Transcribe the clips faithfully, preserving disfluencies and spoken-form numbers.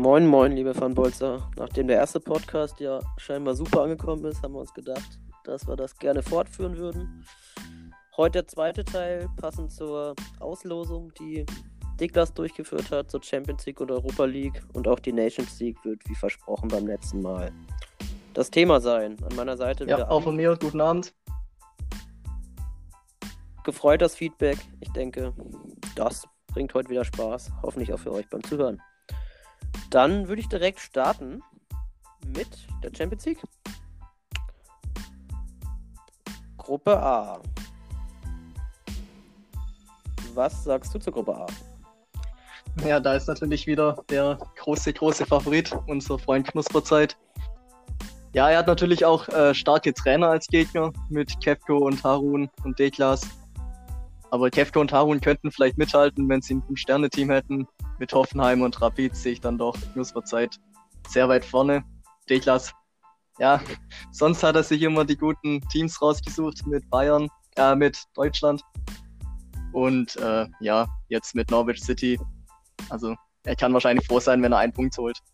Moin, moin, liebe Van Bolzer. Nachdem der erste Podcast ja scheinbar super angekommen ist, haben wir uns gedacht, dass wir das gerne fortführen würden. Heute der zweite Teil, passend zur Auslosung, die Niklas durchgeführt hat, zur Champions League und Europa League. Und auch die Nations League wird, wie versprochen, beim letzten Mal das Thema sein. An meiner Seite Ja, wieder auch von mir, guten Abend. Gefreut das Feedback. Ich denke, das bringt heute wieder Spaß. Hoffentlich auch für euch beim Zuhören. Dann würde ich direkt starten mit der Champions League. Gruppe A. Was sagst du zur Gruppe A? Ja, da ist natürlich wieder der große, große Favorit, unser Freund Knusperzeit. Ja, er hat natürlich auch äh, starke Trainer als Gegner mit Kefko und Harun und Deklas. Aber Kefko und Harun könnten vielleicht mithalten, wenn sie ein Fünf-Sterne-Team hätten. Mit Hoffenheim und Rapid sehe ich dann doch Knusperzeit sehr weit vorne. Deklas, ja, sonst hat er sich immer die guten Teams rausgesucht mit Bayern, äh, mit Deutschland. Und äh, ja, jetzt mit Norwich City. Also er kann wahrscheinlich froh sein, wenn er einen Punkt holt.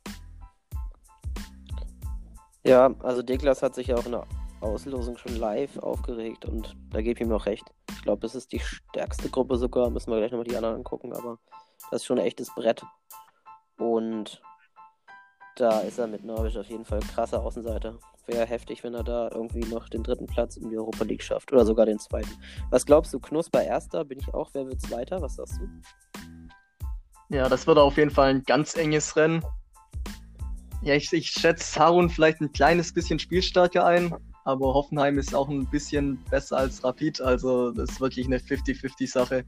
Ja, also Deklas hat sich ja auch in der Auslosung schon live aufgeregt und da gebe ich ihm auch recht. Ich glaube, es ist die stärkste Gruppe sogar. Müssen wir gleich nochmal die anderen angucken, aber das ist schon ein echtes Brett. Und da ist er mit Norwich auf jeden Fall krasser Außenseiter. Wäre heftig, wenn er da irgendwie noch den dritten Platz in die Europa League schafft. Oder sogar den zweiten. Was glaubst du? Knusper Erster? Bin ich auch. Wer wird Zweiter? Was sagst du? Ja, das wird auf jeden Fall ein ganz enges Rennen. Ja, ich, ich schätze Harun vielleicht ein kleines bisschen Spielstärke ein. Aber Hoffenheim ist auch ein bisschen besser als Rapid. Also das ist wirklich eine fünfzig fünfzig Sache.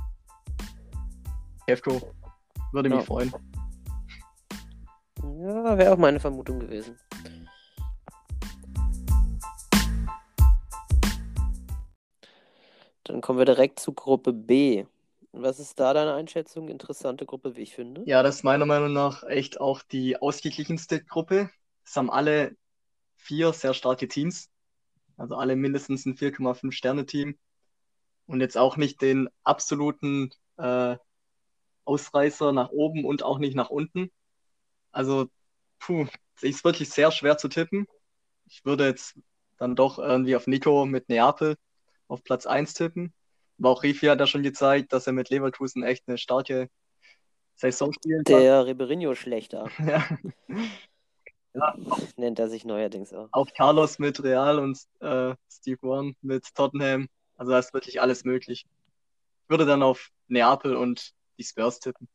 Kefko. Würde mich Ja. freuen. Ja, wäre auch meine Vermutung gewesen. Dann kommen wir direkt zu Gruppe B. Was ist da deine Einschätzung? Interessante Gruppe, wie ich finde. Ja, das ist meiner Meinung nach echt auch die ausgeglichenste Gruppe. Es haben alle vier sehr starke Teams. Also alle mindestens ein vier Komma fünf Sterne Team. Und jetzt auch nicht den absoluten äh, Ausreißer nach oben und auch nicht nach unten. Also, puh, ist wirklich sehr schwer zu tippen. Ich würde jetzt dann doch irgendwie auf Nico mit Neapel auf Platz eins tippen. Aber auch Rifi hat ja schon gezeigt, dass er mit Leverkusen echt eine starke Saison spielen kann. Der Ribeirinho schlechter. Ja. Ja, Nennt er sich neuerdings auch. auch Carlos mit Real und äh, Steve One mit Tottenham. Also da ist wirklich alles möglich. Ich würde dann auf Neapel und die Spurs tippen.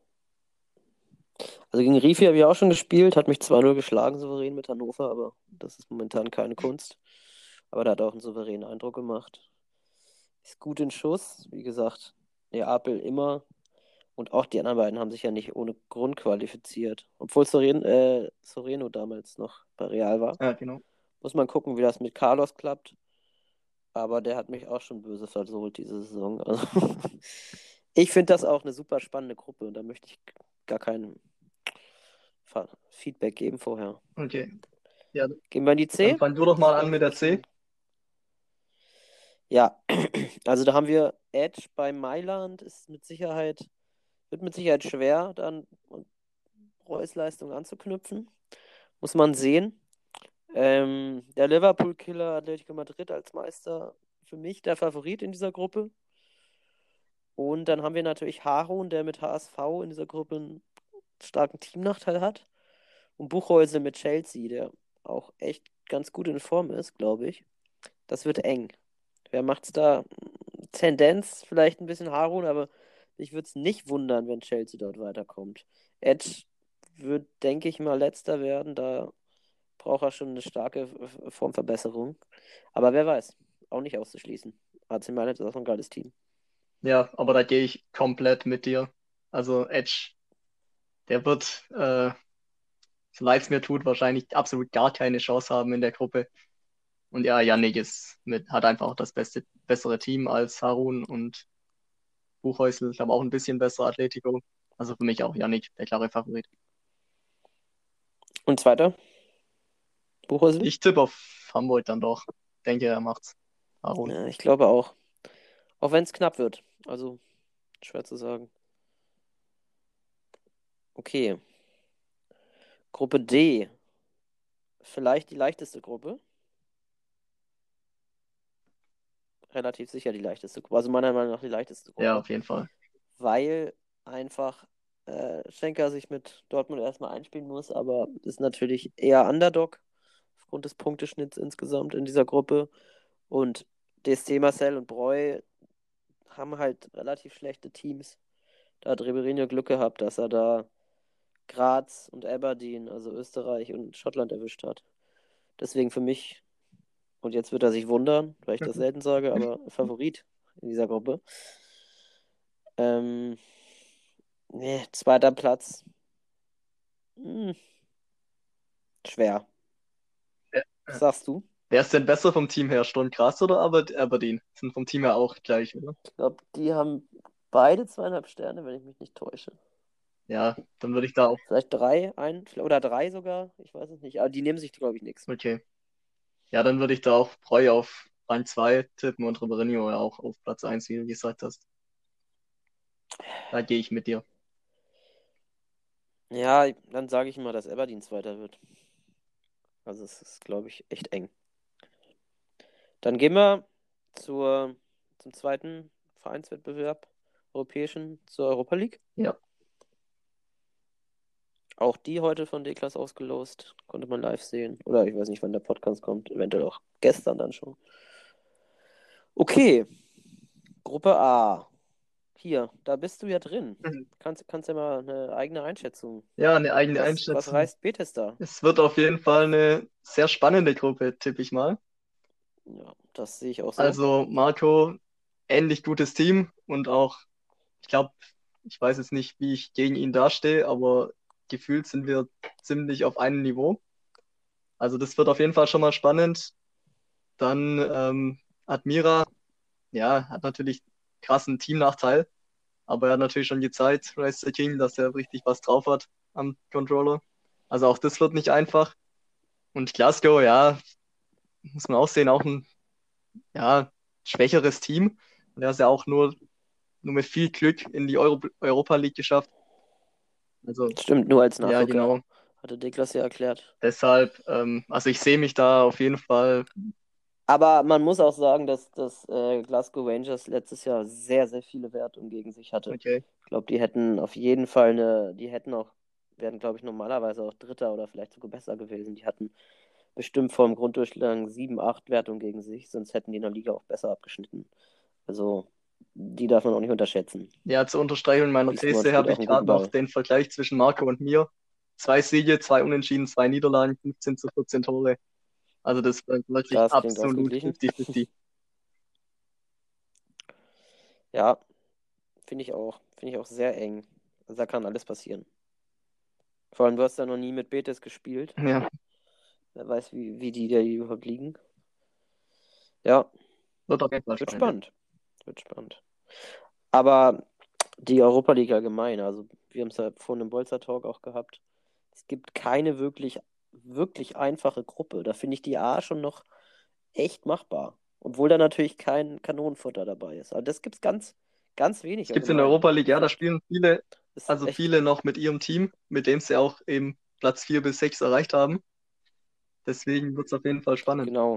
Also gegen Rifi habe ich auch schon gespielt, hat mich zwei null geschlagen, souverän mit Hannover, aber das ist momentan keine Kunst. Aber der hat auch einen souveränen Eindruck gemacht. Ist gut in Schuss, wie gesagt, Neapel immer. Und auch die anderen beiden haben sich ja nicht ohne Grund qualifiziert. Obwohl Soren, äh, Soreno damals noch bei Real war. Ja, genau. Muss man gucken, wie das mit Carlos klappt. Aber der hat mich auch schon böse versohlt diese Saison. Also ich finde das auch eine super spannende Gruppe und da möchte ich gar kein Feedback geben vorher. Okay. Ja, Gehen wir in die dann C? fang du doch mal an mit der C. Ja, also da haben wir Edge bei Mailand, ist mit Sicherheit, wird mit Sicherheit schwer, dann Reus Leistung anzuknüpfen. Muss man sehen. Ähm, der Liverpool-Killer Atletico Madrid als Meister, für mich der Favorit in dieser Gruppe. Und dann haben wir natürlich Harun, der mit H S V in dieser Gruppe einen starken Teamnachteil hat. Und Buchholz mit Chelsea, der auch echt ganz gut in Form ist, glaube ich. Das wird eng. Wer macht's da? Tendenz vielleicht ein bisschen Harun, aber mich würde es nicht wundern, wenn Chelsea dort weiterkommt. Edge wird, denke ich mal, letzter werden. Da braucht er schon eine starke Formverbesserung. Aber wer weiß, auch nicht auszuschließen. A C Mailand ist auch ein geiles Team. Ja, aber da gehe ich komplett mit dir. Also Edge, der wird, äh, so leid es mir tut, wahrscheinlich absolut gar keine Chance haben in der Gruppe. Und ja, Yannick ist mit, hat einfach auch das beste, bessere Team als Harun und Buchhäusl. Ich glaube auch ein bisschen besser Atletico. Also für mich auch Yannick, der klare Favorit. Und zweiter? Buchholz? Ich tippe auf Hamburg dann doch. Denke, er macht's. Harun. Ja, ich glaube auch. Auch wenn es knapp wird. Also, schwer zu sagen. Okay. Gruppe D. Vielleicht die leichteste Gruppe. Relativ sicher die leichteste Gruppe. Also meiner Meinung nach die leichteste Gruppe. Ja, auf jeden Fall. Weil einfach äh, Schenker sich mit Dortmund erstmal einspielen muss, aber ist natürlich eher Underdog aufgrund des Punkteschnitts insgesamt in dieser Gruppe. Und D S C, Marcel und Breu haben halt relativ schlechte Teams. Da hat Ribéry Glück gehabt, dass er da Graz und Aberdeen, also Österreich und Schottland erwischt hat. Deswegen für mich, und jetzt wird er sich wundern, weil ich das selten sage, aber Favorit in dieser Gruppe. Ähm, nee, zweiter Platz. Hm, schwer. Ja. Was sagst du? Wer ist denn besser vom Team her? Sturm Graz oder Aber- Aberdeen? Sind vom Team her auch gleich, oder? Ich glaube, die haben beide zweieinhalb Sterne, wenn ich mich nicht täusche. Ja, dann würde ich da auch. Vielleicht drei, ein oder drei sogar. Ich weiß es nicht. Aber die nehmen sich, glaube ich, nichts. Okay. Ja, dann würde ich da auch Breu auf Rang zwei tippen und Ribéry auch auf Platz eins, wie du gesagt hast. Da gehe ich mit dir. Ja, dann sage ich mal, dass Aberdeen Zweiter wird. Also es ist, glaube ich, echt eng. Dann gehen wir zur, zum zweiten Vereinswettbewerb, europäischen, zur Europa League. Ja. Auch die heute von D-Class ausgelost. Konnte man live sehen. Oder ich weiß nicht, wann der Podcast kommt. Eventuell auch gestern dann schon. Okay. Gruppe A. Hier, da bist du ja drin. Mhm. Kannst, kannst ja mal eine eigene Einschätzung. Ja, eine eigene Was, was Einschätzung. reißt Betis da? Es wird auf jeden Fall eine sehr spannende Gruppe, tippe ich mal. Ja, das sehe ich auch so. Also Marco, ähnlich gutes Team und auch, ich glaube, ich weiß jetzt nicht, wie ich gegen ihn dastehe, aber gefühlt sind wir ziemlich auf einem Niveau. Also das wird auf jeden Fall schon mal spannend. Dann ähm, Admira, ja, hat natürlich krassen Teamnachteil, aber er hat natürlich schon gezeigt, Race the King, dass er richtig was drauf hat am Controller. Also auch das wird nicht einfach. Und Glasgow, ja, muss man auch sehen, auch ein ja, schwächeres Team. Und er ist ja auch nur, nur mit viel Glück in die Euro Europa League geschafft. Also, Stimmt, nur als ja, Nachrücker. genau. Hatte Deklas ja erklärt. Deshalb, ähm, also ich sehe mich da auf jeden Fall. Aber man muss auch sagen, dass, dass äh, Glasgow Rangers letztes Jahr sehr, sehr viele Wertungen gegen sich hatte. Okay. Ich glaube, die hätten auf jeden Fall eine, die hätten auch, wären, glaube ich, normalerweise auch Dritter oder vielleicht sogar besser gewesen. Die hatten bestimmt vor dem Grunddurchgang sieben, acht Wertungen gegen sich, sonst hätten die in der Liga auch besser abgeschnitten. Also, die darf man auch nicht unterschätzen. Ja, zur Unterstreichung meiner Wiesmoor These spielt habe auch ich einen gerade guten noch Ball. den Vergleich zwischen Marco und mir. Zwei Siege, zwei Unentschieden, zwei Niederlagen, fünfzehn zu vierzehn Tore. Also das war wirklich Das klingt absolut ausgeglichen. fünfzig fünfzig. Ja, finde ich auch. Finde ich auch sehr eng. Also, da kann alles passieren. Vor allem, du hast ja noch nie mit Betis gespielt. Ja, Wer weiß, wie, wie die da überhaupt liegen. Ja, wird auf jeden Fall wird spannend. spannend. Wird spannend. Aber die Europa League allgemein, also wir haben es ja vorhin im Bolzer Talk auch gehabt. Es gibt keine wirklich, wirklich einfache Gruppe. Da finde ich die A schon noch echt machbar. Obwohl da natürlich kein Kanonenfutter dabei ist. Aber das gibt es ganz, ganz Es wenig gibt in der allgemein. Europa League, ja, da Gefühlt. spielen viele, Ist also echt, viele noch mit ihrem Team, mit dem sie auch eben Platz vier bis sechs erreicht haben. Deswegen wird es auf jeden Fall spannend. genau.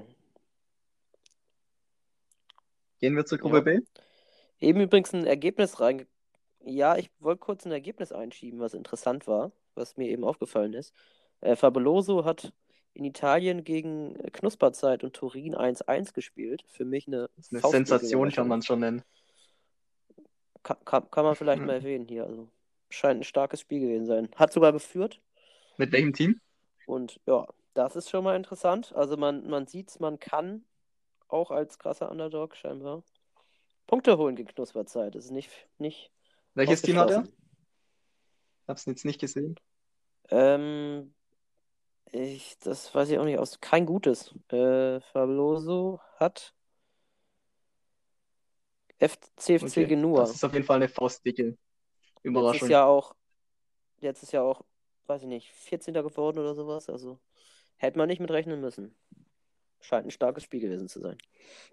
Gehen wir zur Gruppe Ja. B? Eben übrigens ein Ergebnis rein. Ja, ich wollte kurz ein Ergebnis einschieben, was interessant war, was mir eben aufgefallen ist. Äh, Fabuloso hat in Italien gegen Knusperzeit und Turin eins eins gespielt. Für mich eine Das ist eine Sensation, kann Faustdick-Überraschung. man schon nennen. Kann, kann, kann man vielleicht mal erwähnen hier. Also scheint ein starkes Spiel gewesen sein. Hat sogar geführt. Mit welchem Team? Und ja, das ist schon mal interessant. Also man, man sieht's, man kann auch als krasser Underdog scheinbar Punkte holen gegen Knusperzeit. Das ist nicht, nicht Welches Team hat er? ausgeschlossen. Ich habe es jetzt nicht gesehen. Ähm, ich, das weiß ich auch nicht aus. Kein gutes. Äh, Fabuloso hat F C F C Okay, das Genua. ist auf jeden Fall eine faustdicke Letztes Überraschung. Jahr auch, letztes Jahr auch, weiß ich nicht, vierzehnter geworden oder sowas. Also hätte man nicht mit rechnen müssen. Scheint ein starkes Spiel gewesen zu sein.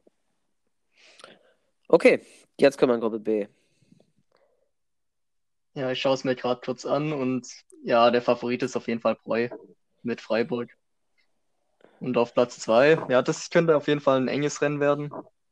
Okay, jetzt kommen wir in Gruppe B. Ja, ich schaue es mir gerade kurz an und ja, der Favorit ist auf jeden Fall Breu mit Freiburg. Und auf Platz zwei, ja, das könnte auf jeden Fall ein enges Rennen werden.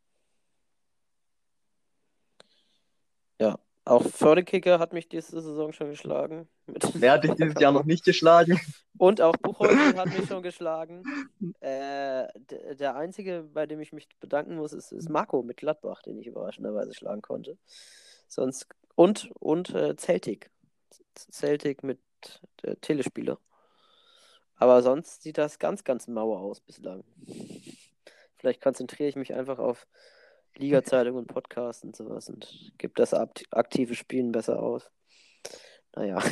Ja, auch Fördekicker hat mich diese Saison schon geschlagen. Mit Wer hat dich dieses Jahr noch nicht geschlagen? Und auch Buchholz hat mich schon geschlagen. Äh, d- der einzige, bei dem ich mich bedanken muss, ist, ist Marco mit Gladbach, den ich überraschenderweise schlagen konnte. Sonst und und äh, Celtic. Celtic mit äh, Telespieler. Aber sonst sieht das ganz, ganz mau aus bislang. Vielleicht konzentriere ich mich einfach auf Liga-Zeitung und Podcast und sowas und gebe das akt- aktive Spielen besser aus. Naja.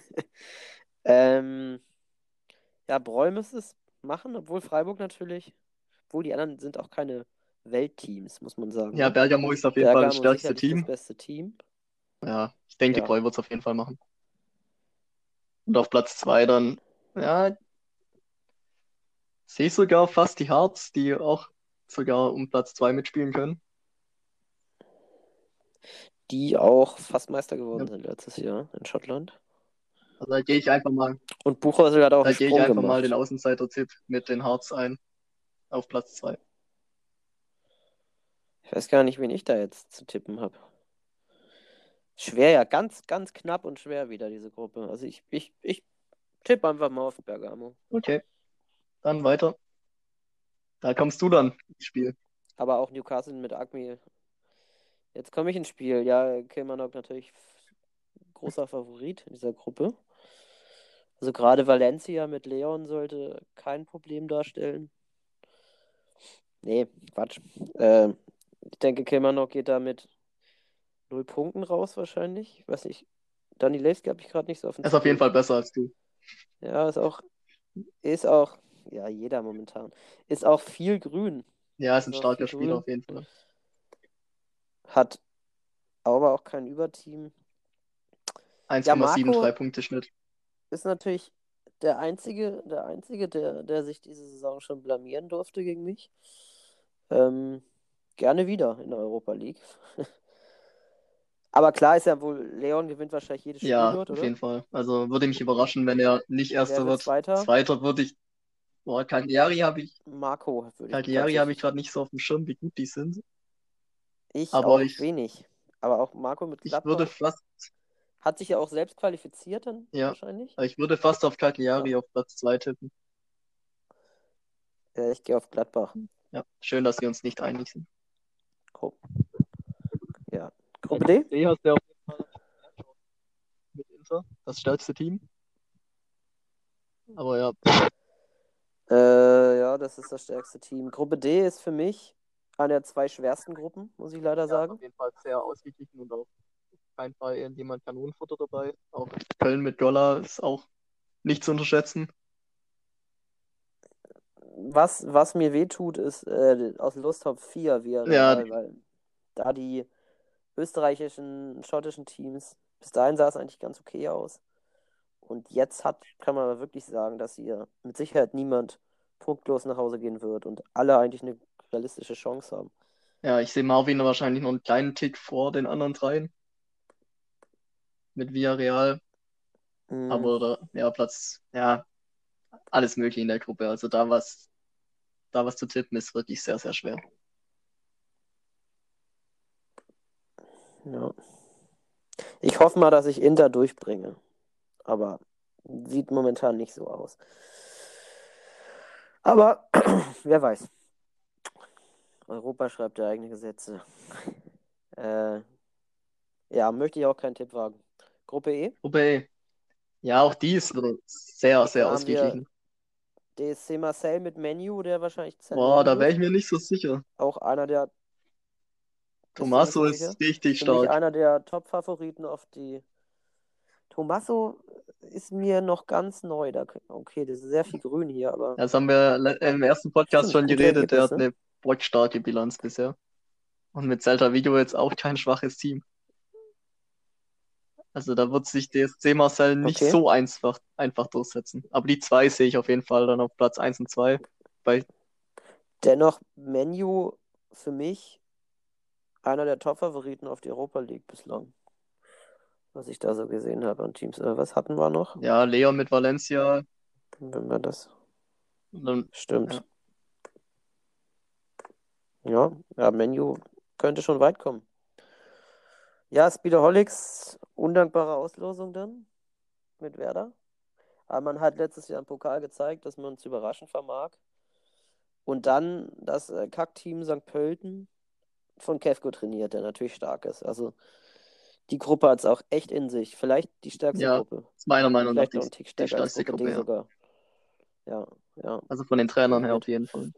ähm, ja, Breu müsste es machen, obwohl Freiburg natürlich, obwohl die anderen sind auch keine Weltteams, muss man sagen. Ja, Ne? Bergamo ist auf jeden Fall das Bergamo ist stärkste sicherlich das Team. beste Team. Ja, ich denke, Ja. Breu wird es auf jeden Fall machen. Und auf Platz zwei dann, ja, sehe ich sogar fast die Hearts, die auch sogar um Platz zwei mitspielen können. Die auch fast Meister geworden Ja. sind letztes Jahr in Schottland. Also da gehe ich einfach mal, Und Buchholz hat auch da einen gehe ich Sprung einfach mal den gemacht. Außenseiter-Tipp mit den Hearts ein auf Platz zwei. Ich weiß gar nicht, wen ich da jetzt zu tippen habe. Schwer, ja, ganz, ganz knapp und schwer wieder, diese Gruppe. Also ich, ich, ich tippe einfach mal auf Bergamo. Okay, dann weiter. Da kommst du dann ins Spiel. Aber auch Newcastle mit Agmi. Jetzt komme ich ins Spiel. Ja, Kilmarnock natürlich großer Favorit in dieser Gruppe. Also gerade Valencia mit Leon sollte kein Problem darstellen. Nee, Quatsch. Äh, ich denke, Kilmarnock geht da mit null Punkten raus wahrscheinlich. Ich weiß nicht. Dani Levski habe ich gerade nicht so auf dem Er ist auf jeden Zettel. Fall besser als du. Ja, ist auch, ist auch, ja, jeder momentan. Ist auch viel grün. Ja, ist ein Ist auch viel starker Spieler grün. auf jeden Fall. Hat aber auch kein Überteam. Ja, eins Komma drei Marco Punkte Schnitt. ist natürlich der Einzige, der Einzige, der, der sich diese Saison schon blamieren durfte gegen mich. Ähm, gerne wieder in der Europa League. Aber klar ist ja wohl, Leon gewinnt wahrscheinlich jedes Spiel Ja, dort, auf oder? jeden Fall. Also würde mich überraschen, wenn er nicht Wer Erster wird wird. Zweiter? Zweiter würde ich. Boah, Cagliari habe ich, Marco würde ich Cagliari habe ich tatsächlich. gerade nicht so auf dem Schirm, wie gut die sind. Ich Aber auch ich, wenig. Aber auch Marco mit ich würde Gladbach fast, hat sich ja auch selbst qualifiziert dann ja, wahrscheinlich. ich würde fast auf Ja, Cagliari auf Platz zwei tippen. ja ich gehe auf Gladbach. Ja, schön, dass wir uns nicht einig sind. Gru ja. Ja, Gruppe D? D hast du auf jeden Fall mit Inter, das stärkste Team. Aber ja, Äh, ja, das ist das stärkste Team. Gruppe D ist für mich eine der zwei schwersten Gruppen, muss ich leider ja, ist sagen. auf jeden Fall sehr ausgeglichen und auch kein Fall irgendjemand Kanonenfutter dabei. Auch Köln mit Golla ist auch nicht zu unterschätzen. Was, was mir wehtut, ist äh, aus Lust Top vier Ja, Villarreal, weil da die österreichischen, schottischen Teams, bis dahin sah es eigentlich ganz okay aus. Und jetzt hat, kann man aber wirklich sagen, dass hier mit Sicherheit niemand punktlos nach Hause gehen wird und alle eigentlich eine realistische Chance haben. ja, ich sehe Marvin wahrscheinlich noch einen kleinen Tick vor den anderen dreien mit Villarreal. Mhm. Aber da, ja, Platz, ja, alles möglich in der Gruppe. Also da was, da was zu tippen ist wirklich sehr, sehr schwer. Ja. Ich hoffe mal, dass ich Inter durchbringe. Aber sieht momentan nicht so aus. Aber wer weiß. Europa schreibt ja eigene Gesetze. Äh, ja, möchte ich auch keinen Tipp wagen. Gruppe E, Gruppe E. Ja, auch die ist sehr, sehr da haben wir ausgeglichen. D S C Marseille mit Menu, der wahrscheinlich Boah, zerlegen da wäre ich wird. mir nicht so sicher. Auch einer der. Bist du nicht Tommaso so sicher? ist richtig Für mich stark. einer der Top-Favoriten auf die. Tommaso ist mir noch ganz neu. Da, okay, das ist sehr viel Grün hier, aber Das haben wir le- im ersten Podcast stimmt, schon gute geredet. Der hat Ergebnisse. eine bockstarke Bilanz bisher. Und mit Celta Vigo jetzt auch kein schwaches Team. Also da wird sich D S C Marseille nicht Okay. so einfach, einfach durchsetzen. Aber die zwei sehe ich auf jeden Fall dann auf Platz eins und zwei. Bei, Dennoch Menu für mich einer der Top-Favoriten auf die Europa League bislang. was ich da so gesehen habe an Teams. Äh, was hatten wir noch? Ja, Leon mit Valencia. Wenn wir das. Und dann, Stimmt. ja. Ja, ja, Menu könnte schon weit kommen. Ja, Speederholics, undankbare Auslosung dann mit Werder. Aber man hat letztes Jahr im Pokal gezeigt, dass man es überraschen vermag. Und dann das äh, Kackteam Sankt Pölten von Kefko trainiert, der natürlich stark ist. Also die Gruppe hat es auch echt in sich. Vielleicht die stärkste Ja, Gruppe. ist meiner Meinung nach Vielleicht die, noch einen Tick die stärker als stärkste Gruppe Gruppe, D ja. sogar. Ja, ja. Also von den Trainern Gehe her auf mit. jeden Fall.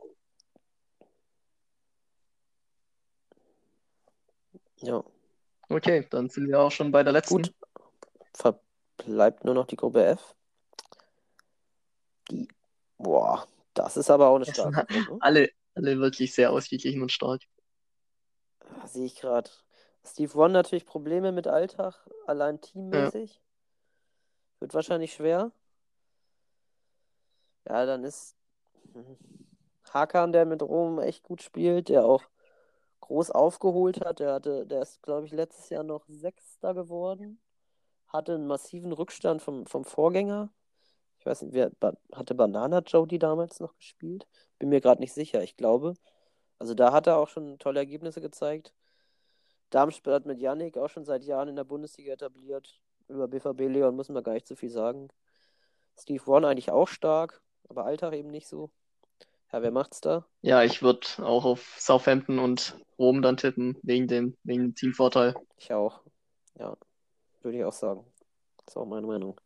Ja. Okay, dann sind wir auch schon bei der letzten. Gut. Verbleibt nur noch die Gruppe F. Die. Boah, das ist aber auch eine Es sind starke Gruppe. alle, alle wirklich sehr ausgeglichen und stark. Ah, sehe ich gerade. Steve One natürlich Probleme mit Alltag, allein Ja, teammäßig. Wird wahrscheinlich schwer. Ja, dann ist hm, Hakan, der mit Rom echt gut spielt, der auch groß aufgeholt hat. Der hatte, der ist, glaube ich, letztes Jahr noch Sechster geworden. Hatte einen massiven Rückstand vom, vom Vorgänger. Ich weiß nicht, wer ba hatte Banana Joe die damals noch gespielt? Bin mir gerade nicht sicher. Ich glaube. Also da hat er auch schon tolle Ergebnisse gezeigt. Darmstadt hat mit Yannick auch schon seit Jahren in der Bundesliga etabliert. Über B V B Leon müssen wir gar nicht zu viel sagen. Steve One eigentlich auch stark, aber Alltag eben nicht so. Ja, wer macht's da? ja, ich würde auch auf Southampton und Rom dann tippen, wegen dem, wegen dem Teamvorteil. Ich auch. Ja, würde ich auch sagen. Ist auch meine Meinung.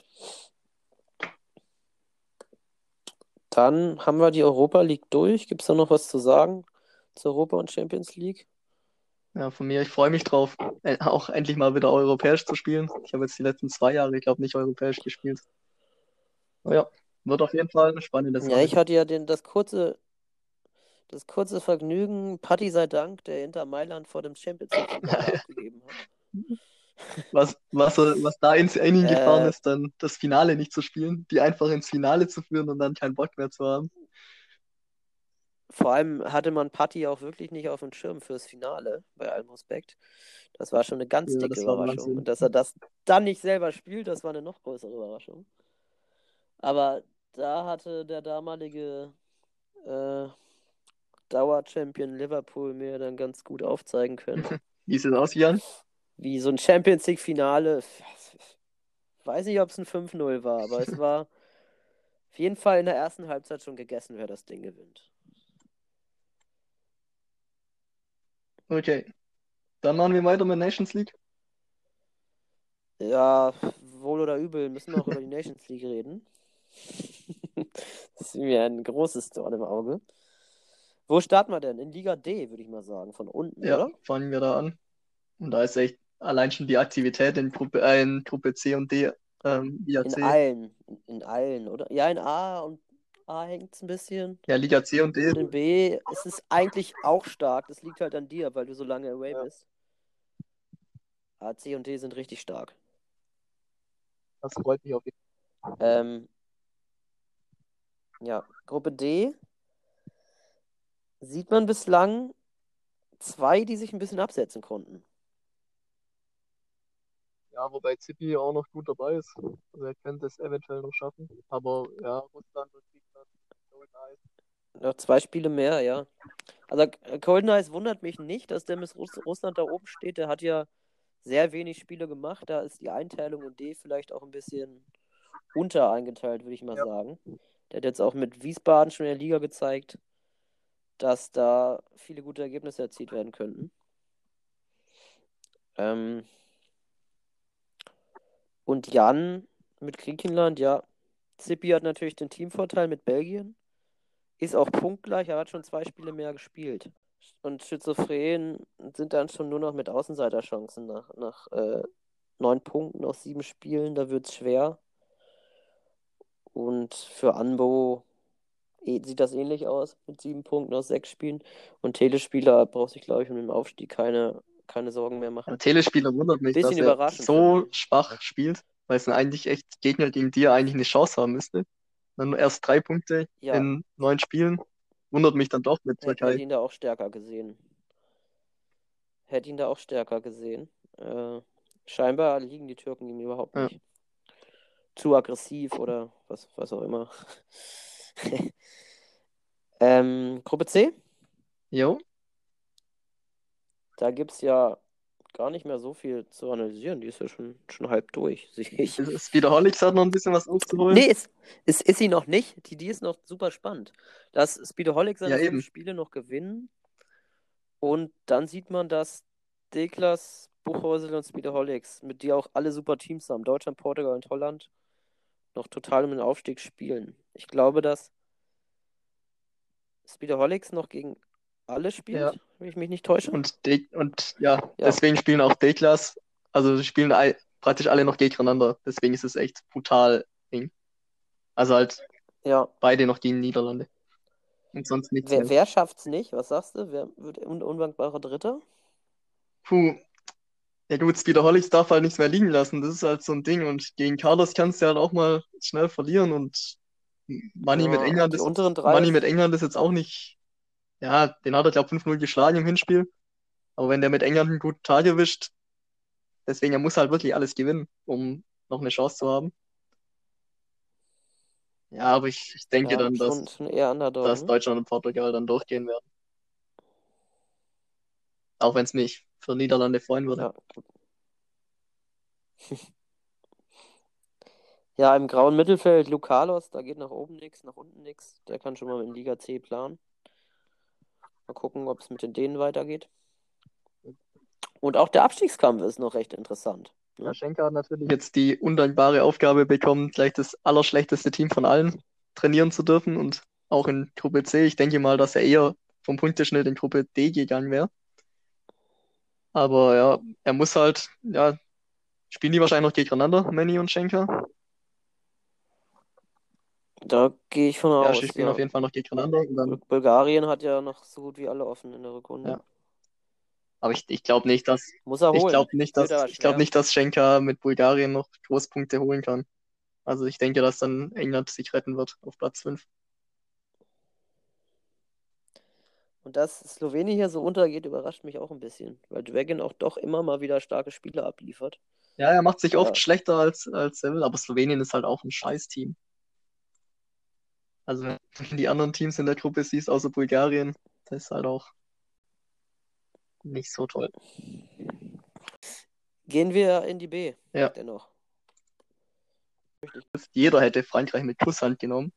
Dann haben wir die Europa League durch. Gibt es da noch was zu sagen zur Europa und Champions League? Ja, von mir, ich freue mich drauf, äh, auch endlich mal wieder europäisch zu spielen. Ich habe jetzt die letzten zwei Jahre, ich glaube, nicht europäisch gespielt. Aber ja, wird auf jeden Fall eine spannende Ja, Sache. ich hatte ja den, das kurze, das kurze Vergnügen, Patti sei Dank, der Inter Mailand vor dem Champions League-Finale abgegeben hat. Was, was, was da ins Inning gefahren Äh, ist, dann das Finale nicht zu spielen, die einfach ins Finale zu führen und dann keinen Bock mehr zu haben. Vor allem hatte man Patti auch wirklich nicht auf dem Schirm fürs Finale, bei allem Respekt. Das war schon eine ganz Ja, dicke das war Überraschung. Wahnsinn. Und dass er das dann nicht selber spielt, das war eine noch größere Überraschung. Aber da hatte der damalige äh, Dauer-Champion Liverpool mir dann ganz gut aufzeigen können, Wie ist es ausgegangen? wie so ein Champions League-Finale, weiß nicht, ob es ein fünf null war, aber es war auf jeden Fall in der ersten Halbzeit schon gegessen, wer das Ding gewinnt. Okay, dann machen wir weiter mit Nations League. Ja, wohl oder übel, müssen wir auch über die Nations League reden. Das ist mir ein großes Dorn im Auge. Wo starten wir denn? In Liga D, würde ich mal sagen, von unten, Ja, oder? fangen wir da an. Und da ist echt allein schon die Aktivität in Gruppe, äh, in Gruppe C und D, ähm, Liga In C. allen, in allen, oder? Ja, in A und A hängt es ein bisschen. Ja, Liga C und D. Und in B ist es eigentlich auch stark. Das liegt halt an dir, weil du so lange away Ja, bist. A, C und D sind richtig stark. das freut mich auf jeden Ähm, ja, Gruppe D sieht man bislang zwei, die sich ein bisschen absetzen konnten. Fall. Ja, wobei City auch noch gut dabei ist. Also er könnte es eventuell noch schaffen. Aber ja, Russland und Griechenland, Golden Eyes. Noch zwei Spiele mehr, ja. Also äh, Golden Eyes wundert mich nicht, dass der mit Russ Russland da oben steht. Der hat ja sehr wenig Spiele gemacht. Da ist die Einteilung in D vielleicht auch ein bisschen unter eingeteilt, würde ich mal Ja, sagen. Der hat jetzt auch mit Wiesbaden schon in der Liga gezeigt, dass da viele gute Ergebnisse erzielt werden könnten. Ähm, und Jan mit Griechenland, ja. Zippi hat natürlich den Teamvorteil mit Belgien. Ist auch punktgleich, aber hat schon zwei Spiele mehr gespielt. Und Schizophren sind dann schon nur noch mit Außenseiterchancen nach, nach äh, neun Punkten aus sieben Spielen. Da wird es schwer. Und für Anbo eh, sieht das ähnlich aus mit sieben Punkten aus sechs Spielen. Und Telespieler braucht sich, glaube ich, um den Aufstieg keine, keine Sorgen mehr der machen. Telespieler wundert mich, Bisschen dass er überraschend für so mich. schwach spielt, weil es sind eigentlich echt Gegner, gegen die er eigentlich eine Chance haben müsste. Dann nur erst drei Punkte Ja, in neun Spielen. Wundert mich dann doch mit hätte Türkei. ihn da auch stärker gesehen. Hätte ihn da auch stärker gesehen. Äh, Scheinbar liegen die Türken ihm überhaupt Ja. nicht. Zu aggressiv oder was, was auch immer. ähm, Gruppe C, Jo. da gibt es ja gar nicht mehr so viel zu analysieren. Die ist ja schon, schon halb durch, sehe ich. Speedaholics hat noch ein bisschen was aufzuholen. Nee, ist, ist, ist sie noch nicht. Die, die ist noch super spannend. Dass Speedaholics seine Ja, fünf eben. Spiele noch gewinnen. Und dann sieht man, dass Deklas, Buchhäusel und Speedaholics, mit die auch alle super Teams haben, Deutschland, Portugal und Holland, noch total um den Aufstieg spielen. Ich glaube, dass Speedaholics noch gegen alle spielt, Ja. wenn ich mich nicht täusche. Und, De und ja, Ja. deswegen spielen auch D-Class, also sie spielen all, praktisch alle noch gegeneinander. Deswegen ist es echt brutal eng. Also halt Ja. beide noch gegen Niederlande. Und sonst nichts Wer, mehr. wer schafft's nicht? Was sagst du? Wer wird un undankbarer Dritter? Puh. Ja gut, Speedaholics darf halt nichts mehr liegen lassen. Das ist halt so ein Ding. Und gegen Carlos kannst du halt auch mal schnell verlieren. Und Money mit Ja, England die ist, unteren drei Money mit ist. England ist jetzt auch nicht, ja, den hat er, glaube ich, fünf null geschlagen im Hinspiel. Aber wenn der mit England einen guten Tag erwischt, deswegen, er muss halt wirklich alles gewinnen, um noch eine Chance zu haben. Ja, aber ich, ich denke Ja, dann, schon, dass, schon eher Underdog, dass ne? Deutschland und Portugal dann durchgehen werden. Auch wenn es mich für Niederlande freuen würde. Ja, gut. Ja, im grauen Mittelfeld Lucalos, da geht nach oben nichts, nach unten nichts. Der kann schon mal in Liga C planen. Mal gucken, ob es mit den Dänen weitergeht. Und auch der Abstiegskampf ist noch recht interessant. Ja, Ne? Schenker hat natürlich jetzt die undankbare Aufgabe bekommen, gleich das allerschlechteste Team von allen trainieren zu dürfen und auch in Gruppe C. Ich denke mal, dass er eher vom Punkteschnitt in Gruppe D gegangen wäre. Aber ja, er muss halt, ja, spielen die wahrscheinlich noch gegeneinander, Manny und Schenker. Da gehe ich von Ja, sie aus, spielen auf ja. jeden Fall noch gegeneinander. Und Bul- dann, Bulgarien hat ja noch so gut wie alle offen in der Rückrunde. ja. Aber ich, ich glaube nicht, dass Muss er ich holen. glaube nicht, Wird dass aber ich glaube schwer. nicht, dass Schenker mit Bulgarien noch Großpunkte holen kann. Also ich denke, dass dann England sich retten wird auf Platz fünf. Und dass Slowenien hier so untergeht, überrascht mich auch ein bisschen, weil Dragon auch doch immer mal wieder starke Spiele abliefert. Ja, er macht sich oft Da, schlechter als, als er will, aber Slowenien ist halt auch ein Scheiß-Team. Also wenn du die anderen Teams in der Gruppe siehst, außer Bulgarien, das ist halt auch nicht so toll. gehen wir in die B. Ja, Dennoch. Richtig. jeder hätte Frankreich mit Kusshand genommen.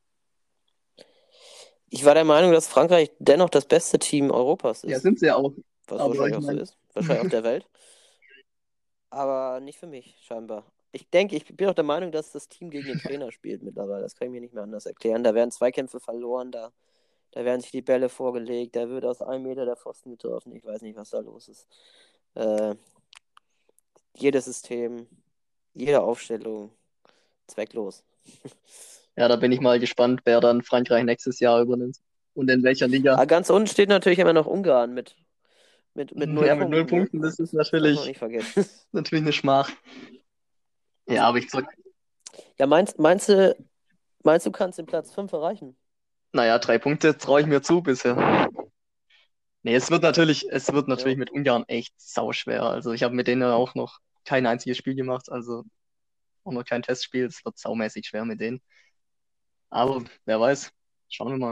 Ich war der Meinung, dass Frankreich dennoch das beste Team Europas Ja, ist. sind sie ja auch. Was Aber wahrscheinlich ich auch so meine, ist. Wahrscheinlich auf der Welt. Aber nicht für mich, scheinbar. Ich denke, ich bin auch der Meinung, dass das Team gegen den Trainer spielt mittlerweile. Das kann ich mir nicht mehr anders erklären. Da werden Zweikämpfe verloren, da, da werden sich die Bälle vorgelegt, da wird aus einem Meter der Pfosten getroffen. Ich weiß nicht, was da los ist. Äh, jedes System, jede Aufstellung, zwecklos. ja, da bin ich mal gespannt, wer dann Frankreich nächstes Jahr übernimmt. Und in welcher Liga. Aber ganz unten steht natürlich immer noch Ungarn mit, mit, mit null Ja, mit null Punkten. Ne? Punkten, das ist Das darf man natürlich, nicht vergessen. natürlich eine Schmach. Ja, aber ich sag, Ja, meinst, meinst du, meinst du, kannst den Platz fünf erreichen? naja, drei Punkte traue ich mir zu bisher. Nee, es wird natürlich, es wird Ja. natürlich mit Ungarn echt sauschwer. Also ich habe mit denen auch noch kein einziges Spiel gemacht, also auch noch kein Testspiel. Es wird saumäßig schwer mit denen. Aber wer weiß, schauen wir mal.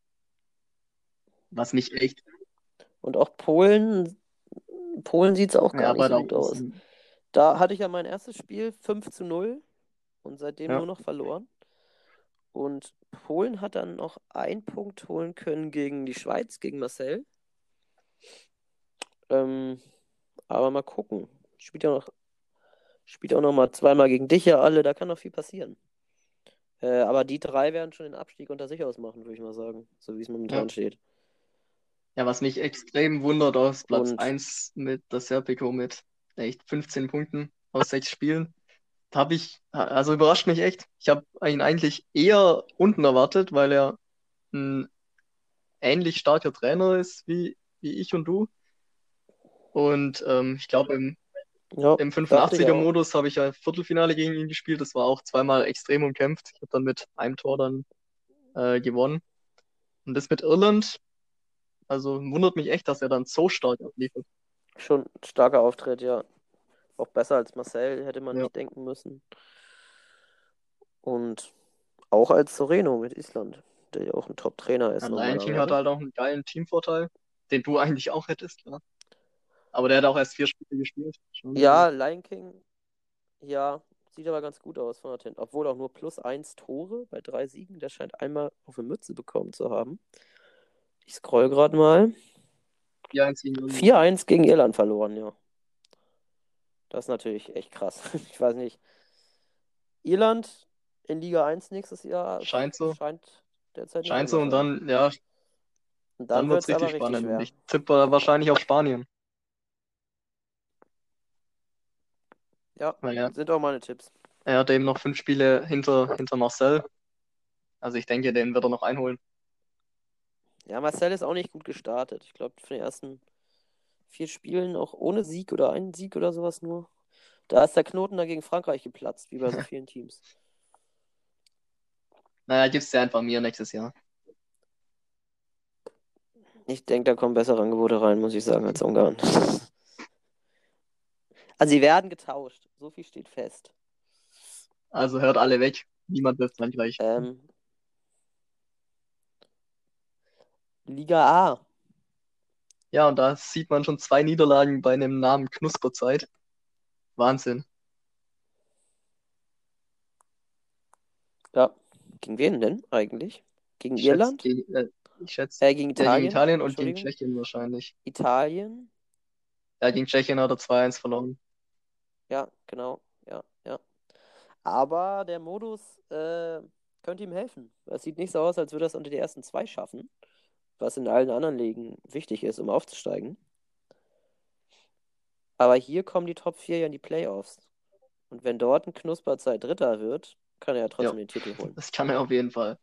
Was mich echt, Und auch Polen, Polen sieht es auch ja, gar nicht aber so da gut aus. außen, Da hatte ich ja mein erstes Spiel fünf zu null und seitdem ja, nur noch verloren. Und Polen hat dann noch einen Punkt holen können gegen die Schweiz, gegen Marcel. Ähm, aber mal gucken. Spielt ja noch, spielt auch noch mal zweimal gegen dich ja alle, da kann noch viel passieren. Äh, aber die drei werden schon den Abstieg unter sich ausmachen, würde ich mal sagen, so wie es momentan ja. steht. Ja, was mich extrem wundert aus Platz Und eins mit der Serpico mit echt fünfzehn Punkten aus sechs Spielen. Da habe ich, also überrascht mich echt. Ich habe ihn eigentlich eher unten erwartet, weil er ein ähnlich starker Trainer ist wie, wie ich und du. Und ähm, ich glaube, im, ja, im dachte ich auch. fünfundachtziger-Modus habe ich ja Viertelfinale gegen ihn gespielt. Das war auch zweimal extrem umkämpft. Ich habe dann mit einem Tor dann äh, gewonnen. Und das mit Irland, also wundert mich echt, dass er dann so stark abliefert. Schon starker Auftritt, ja. Auch besser als Marcel hätte man Ja. nicht denken müssen. Und auch als Soreno mit Island, der ja auch ein Top-Trainer ist Ja, Lion King hat normalerweise. halt auch einen geilen Teamvorteil, den du eigentlich auch hättest, klar. Aber der hat auch erst vier Spiele gespielt. Schon, Ja, Lion King, ja, sieht aber ganz gut aus von der Tinte. Obwohl auch nur plus eins Tore bei drei Siegen. Der scheint einmal auf eine Mütze bekommen zu haben. Ich scroll gerade mal. vier eins gegen Irland. vier eins gegen Irland verloren, ja. Das ist natürlich echt krass. Ich weiß nicht. Irland in Liga eins nächstes Jahr Scheint so. scheint derzeit nicht Scheint so und unwahrscheinlich. dann, ja, Und dann dann wird wird es es richtig aber richtig spannend. Und schwer. ich tippe wahrscheinlich auf Spanien. Ja, Weil er, sind auch meine Tipps. er hat eben noch fünf Spiele hinter, hinter Marcel. Also ich denke, den wird er noch einholen. Ja, Marcel ist auch nicht gut gestartet. Ich glaube, von den ersten vier Spielen auch ohne Sieg oder einen Sieg oder sowas nur. Da ist der Knoten da gegen Frankreich geplatzt, wie bei so vielen Teams. Naja, gibt's ja einfach mir nächstes Jahr. Ich denke, da kommen bessere Angebote rein, muss ich sagen, als Ungarn. Also sie werden getauscht. So viel steht fest. Also hört alle weg. Niemand will Frankreich. Ähm, Liga A. Ja, und da sieht man schon zwei Niederlagen bei einem Namen Knusperzeit. Wahnsinn. Ja. Gegen wen denn eigentlich? Gegen Ich schätze, Irland? gegen, äh, ich schätze, Äh, gegen ja, gegen Italien? Italien und gegen Entschuldigung. Tschechien wahrscheinlich. Italien? Ja, gegen Tschechien hat er zwei eins verloren. Ja, genau. Ja, ja. Aber der Modus äh, könnte ihm helfen. Es sieht nicht so aus, als würde er es unter die ersten zwei schaffen, was in allen anderen Ligen wichtig ist, um aufzusteigen. Aber hier kommen die Top vier ja in die Playoffs. Und wenn dort ein Knusperzeit Dritter wird, kann er ja Ja, trotzdem den Titel holen. das kann er auf jeden Fall.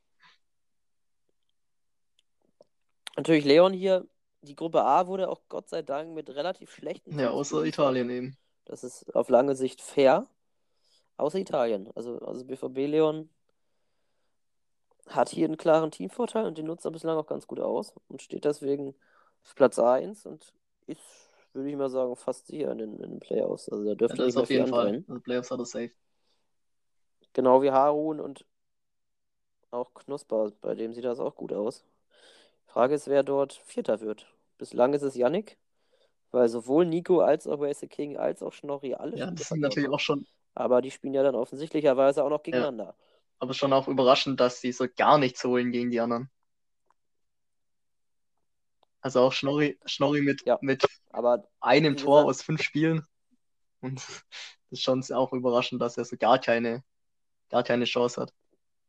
Natürlich Leon hier, die Gruppe A wurde auch Gott sei Dank mit relativ schlechten Ja, Teams außer beliefert. Italien eben. Das ist auf lange Sicht fair. Außer Italien. Also, also B V B Leon hat hier einen klaren Teamvorteil und den nutzt er bislang auch ganz gut aus und steht deswegen auf Platz eins und ist, würde ich mal sagen, fast sicher in den, in den Playoffs. Also da Ja, dürfte das nicht ist mehr auf viel jeden Fall. andrehen. Also Playoffs hat er safe. Genau wie Harun und auch Knusper, bei dem sieht das auch gut aus. Frage ist, wer dort Vierter wird. Bislang ist es Yannick, weil sowohl Nico als auch Race the King als auch Schnorri alle Ja, Spiele das ist verloren natürlich haben. auch schon, Aber die spielen ja dann offensichtlicherweise auch noch ja, gegeneinander. aber schon auch überraschend, dass sie so gar nichts holen gegen die anderen. Also auch Schnorri, Schnorri mit, Ja, mit aber einem wie Tor gesagt, aus fünf Spielen. Und das ist schon auch überraschend, dass er so gar keine, gar keine Chance hat.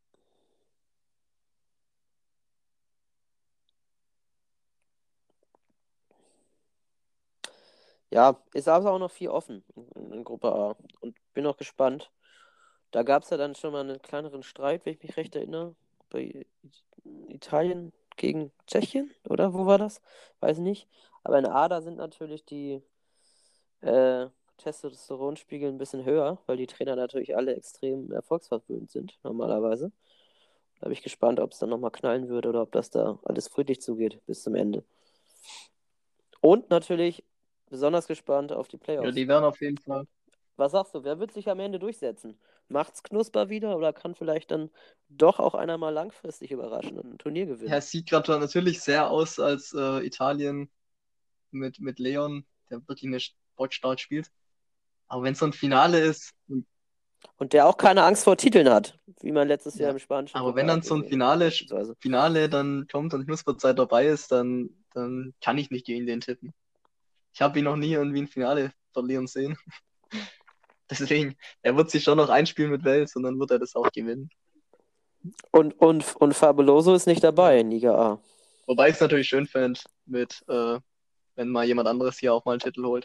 ja, ist aber auch noch viel offen in, in Gruppe A. Und bin auch gespannt. Da gab es ja dann schon mal einen kleineren Streit, wenn ich mich recht erinnere, bei Italien gegen Tschechien, oder? Wo war das? Weiß nicht. Aber in A, da sind natürlich die äh, Testosteronspiegel ein bisschen höher, weil die Trainer natürlich alle extrem erfolgsverwöhnt sind, normalerweise. Da bin ich gespannt, ob es dann nochmal knallen würde oder ob das da alles friedlich zugeht bis zum Ende. Und natürlich besonders gespannt auf die Ja, Playoffs. die werden auf jeden Fall. Was sagst du, wer wird sich am Ende durchsetzen? Macht's Knusper wieder oder kann vielleicht dann doch auch einer mal langfristig überraschen und ein Turnier Ja, gewinnen? es sieht gerade natürlich sehr aus, als äh, Italien mit, mit Leon, der wirklich eine bockstark spielt. Aber wenn so ein Finale ist, und, Und der auch keine Angst vor Titeln hat, wie man letztes Jahr ja, im spanischen aber wenn Pokal dann so ein gesehen hat, Finale, beispielsweise. Finale dann kommt und Knusperzeit dabei ist, dann, dann kann ich nicht gegen den tippen. Ich habe ihn noch nie irgendwie ein Finale verlieren sehen. Deswegen, er wird sich schon noch einspielen mit Wales und dann wird er das auch gewinnen. Und, und, und Fabuloso ist nicht dabei Ja. in Liga A. Wobei ich es natürlich schön fände, mit, äh, wenn mal jemand anderes hier auch mal einen Titel holt.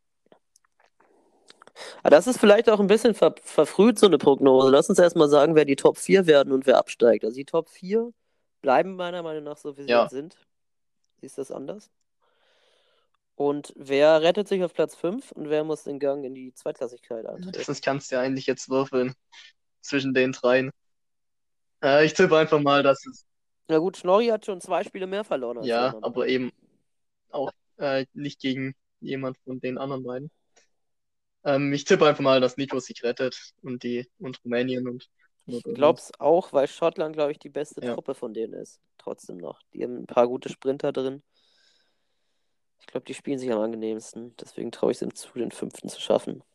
Aber das ist vielleicht auch ein bisschen ver verfrüht, so eine Prognose. Lass uns erstmal sagen, wer die Top vier werden und wer absteigt. Also die Top vier bleiben meiner Meinung nach so, wie sie Ja, jetzt sind. Siehst du das anders? Und wer rettet sich auf Platz fünf und wer muss den Gang in die Zweitklassigkeit das antreten? ist, kannst du ja eigentlich jetzt würfeln zwischen den dreien. Äh, ich tippe einfach mal, dass es, Na gut, Schnorri hat schon zwei Spiele mehr verloren als die ja, anderen aber beiden. eben auch äh, nicht gegen jemand von den anderen beiden. Ähm, ich tippe einfach mal, dass Nico sich rettet und die und Rumänien und Ich glaube es auch, weil Schottland, glaube ich, die beste Ja. Truppe von denen ist. Trotzdem noch. Die haben ein paar gute Sprinter drin. Ich glaube, die spielen sich am angenehmsten. Deswegen traue ich es ihm zu, den fünften zu schaffen.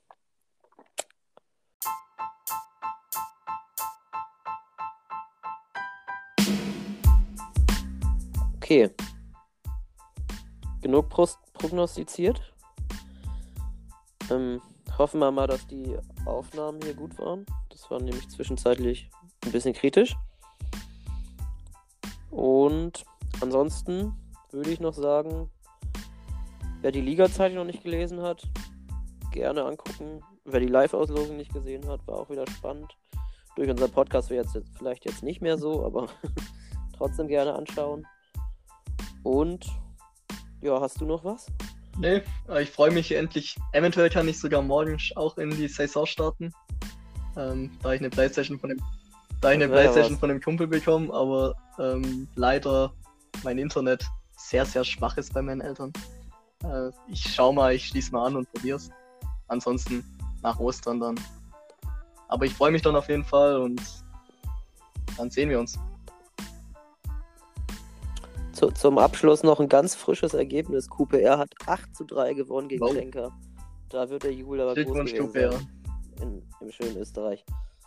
Okay. Genug Prost- prognostiziert. Ähm, hoffen wir mal, dass die Aufnahmen hier gut waren. Das war nämlich zwischenzeitlich ein bisschen kritisch. Und ansonsten würde ich noch sagen, wer die Liga-Zeitung noch nicht gelesen hat, gerne angucken. Wer die Live-Auslosung nicht gesehen hat, war auch wieder spannend. Durch unseren Podcast wäre jetzt vielleicht jetzt nicht mehr so, aber trotzdem gerne anschauen. Und ja, hast du noch was? Nee, aber ich freue mich endlich. Eventuell kann ich sogar morgen auch in die Saison starten. Ähm, da ich eine Playstation von dem, da ich eine Das wär ja Playstation was. von dem Kumpel bekomme, aber ähm, leider mein Internet sehr, sehr schwach ist bei meinen Eltern. Äh, ich schau mal, ich schließe mal an und probier's. Ansonsten nach Ostern dann. Aber ich freue mich dann auf jeden Fall und dann sehen wir uns. Zu, zum Abschluss noch ein ganz frisches Ergebnis. Q P R hat acht zu drei gewonnen gegen Wow. Schenker. Da wird der Jubel aber groß Glückwunsch, gewesen Q P R. sein. In, Im schönen Österreich.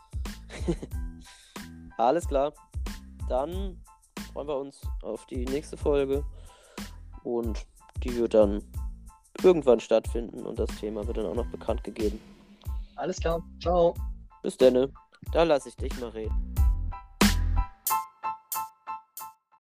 Alles klar. Dann freuen wir uns auf die nächste Folge. Und die wird dann irgendwann stattfinden. Und das Thema wird dann auch noch bekannt gegeben. Alles klar, ciao. Bis denne. Da lasse ich dich mal reden.